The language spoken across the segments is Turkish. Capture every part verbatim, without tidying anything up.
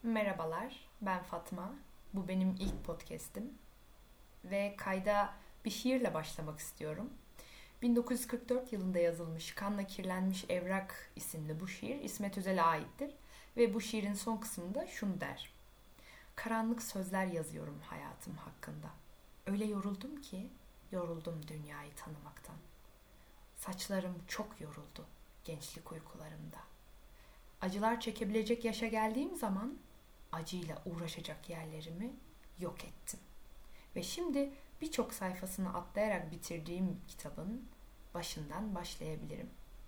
Merhabalar, ben Fatma. Bu benim ilk podcast'im ve kayda bir şiirle başlamak istiyorum. bin dokuz yüz kırk dört yılında yazılmış Kanla Kirlenmiş Evrak isimli bu şiir İsmet Özel'e aittir ve bu şiirin son kısmında şunu der. Karanlık sözler yazıyorum hayatım hakkında. Öyle yoruldum ki yoruldum dünyayı tanımaktan. Saçlarım çok yoruldu gençlik uykularımda. Acılar çekebilecek yaşa geldiğim zaman acıyla uğraşacak yerlerimi yok ettim. Ve şimdi birçok sayfasını atlayarak bitirdiğim kitabın başından başlayabilirim.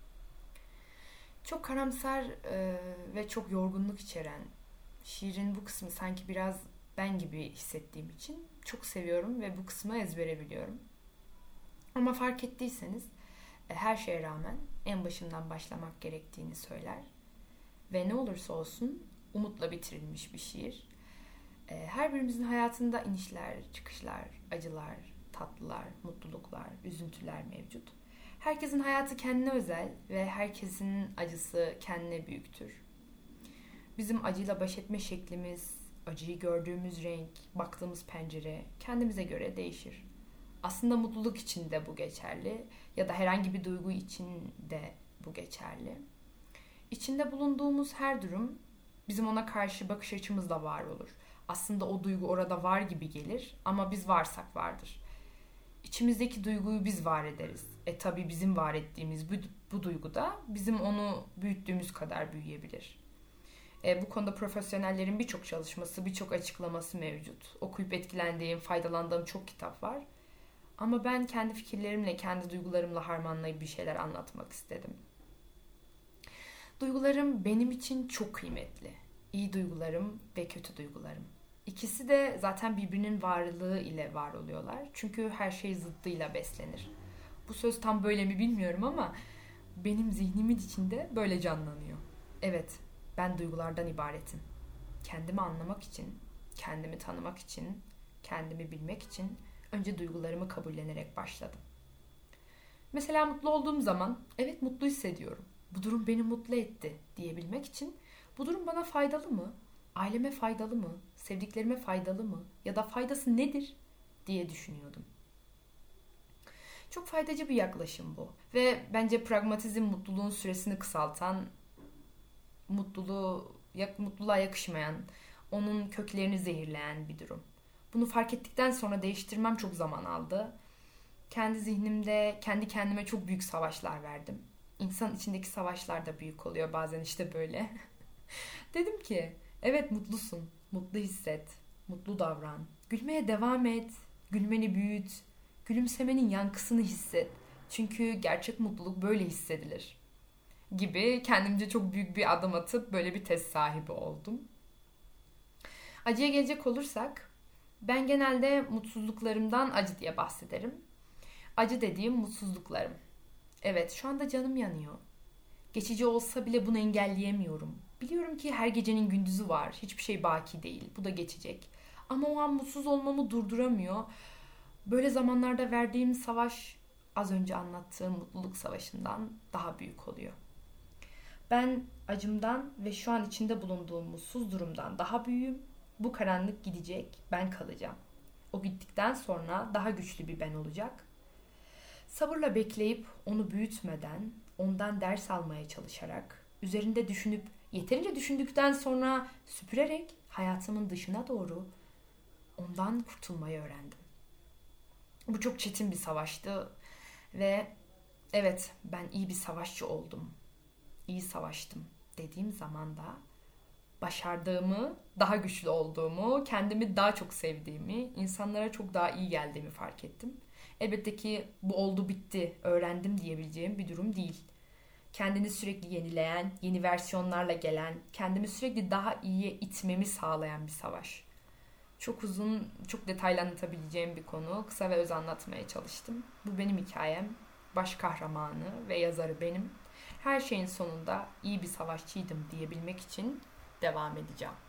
Çok karamsar e, ve çok yorgunluk içeren şiirin bu kısmı sanki biraz ben gibi hissettiğim için çok seviyorum ve bu kısmı ezbere biliyorum. Ama fark ettiyseniz e, her şeye rağmen en başından başlamak gerektiğini söyler. Ve ne olursa olsun umutla bitirilmiş bir şiir. Her birimizin hayatında inişler, çıkışlar, acılar, tatlılar, mutluluklar, üzüntüler mevcut. Herkesin hayatı kendine özel ve herkesin acısı kendine büyüktür. Bizim acıyla baş etme şeklimiz, acıyı gördüğümüz renk, baktığımız pencere kendimize göre değişir. Aslında mutluluk için de bu geçerli ya da herhangi bir duygu için de bu geçerli. İçinde bulunduğumuz her durum bizim ona karşı bakış açımızla var olur. Aslında o duygu orada var gibi gelir ama biz varsak vardır. İçimizdeki duyguyu biz var ederiz. E tabi bizim var ettiğimiz bu, bu duygu da bizim onu büyüttüğümüz kadar büyüyebilir. E, bu konuda profesyonellerin birçok çalışması, birçok açıklaması mevcut. Okuyup etkilendiğim, faydalandığım çok kitap var. Ama ben kendi fikirlerimle, kendi duygularımla harmanlayıp bir şeyler anlatmak istedim. Duygularım benim için çok kıymetli. İyi duygularım ve kötü duygularım. İkisi de zaten birbirinin varlığı ile var oluyorlar. Çünkü her şey zıddıyla beslenir. Bu söz tam böyle mi bilmiyorum ama benim zihnimin içinde böyle canlanıyor. Evet, ben duygulardan ibaretim. Kendimi anlamak için, kendimi tanımak için, kendimi bilmek için önce duygularımı kabullenerek başladım. Mesela mutlu olduğum zaman evet mutlu hissediyorum. Bu durum beni mutlu etti diyebilmek için bu durum bana faydalı mı? Aileme faydalı mı? Sevdiklerime faydalı mı? Ya da faydası nedir diye düşünüyordum. Çok faydacı bir yaklaşım bu. Ve bence pragmatizm mutluluğun süresini kısaltan, mutluluğu, mutluluğa yakışmayan, onun köklerini zehirleyen bir durum. Bunu fark ettikten sonra değiştirmem çok zaman aldı. Kendi zihnimde, kendi kendime çok büyük savaşlar verdim. İnsan içindeki savaşlar da büyük oluyor bazen işte böyle. Dedim ki evet mutlusun, mutlu hisset, mutlu davran, gülmeye devam et, gülmeni büyüt, gülümsemenin yankısını hisset. Çünkü gerçek mutluluk böyle hissedilir gibi kendimce çok büyük bir adım atıp böyle bir test sahibi oldum. Acıya gelecek olursak ben genelde mutsuzluklarımdan acı diye bahsederim. Acı dediğim mutsuzluklarım. Evet, şu anda canım yanıyor. Geçici olsa bile bunu engelleyemiyorum. Biliyorum ki her gecenin gündüzü var. Hiçbir şey baki değil. Bu da geçecek. Ama o an mutsuz olmamı durduramıyor. Böyle zamanlarda verdiğim savaş az önce anlattığım mutluluk savaşından daha büyük oluyor. Ben acımdan ve şu an içinde bulunduğum mutsuz durumdan daha büyüğüm. Bu karanlık gidecek, ben kalacağım. O gittikten sonra daha güçlü bir ben olacak. Sabırla bekleyip onu büyütmeden, ondan ders almaya çalışarak, üzerinde düşünüp yeterince düşündükten sonra süpürerek hayatımın dışına doğru ondan kurtulmayı öğrendim. Bu çok çetin bir savaştı ve evet ben iyi bir savaşçı oldum. İyi savaştım dediğim zaman da başardığımı, daha güçlü olduğumu, kendimi daha çok sevdiğimi, insanlara çok daha iyi geldiğimi fark ettim. Elbette ki bu oldu bitti, öğrendim diyebileceğim bir durum değil. Kendini sürekli yenileyen, yeni versiyonlarla gelen, kendimi sürekli daha iyiye itmemi sağlayan bir savaş. Çok uzun, çok detaylı anlatabileceğim bir konu. Kısa ve öz anlatmaya çalıştım. Bu benim hikayem. Baş kahramanı ve yazarı benim. Her şeyin sonunda iyi bir savaşçıydım diyebilmek için devam edeceğim.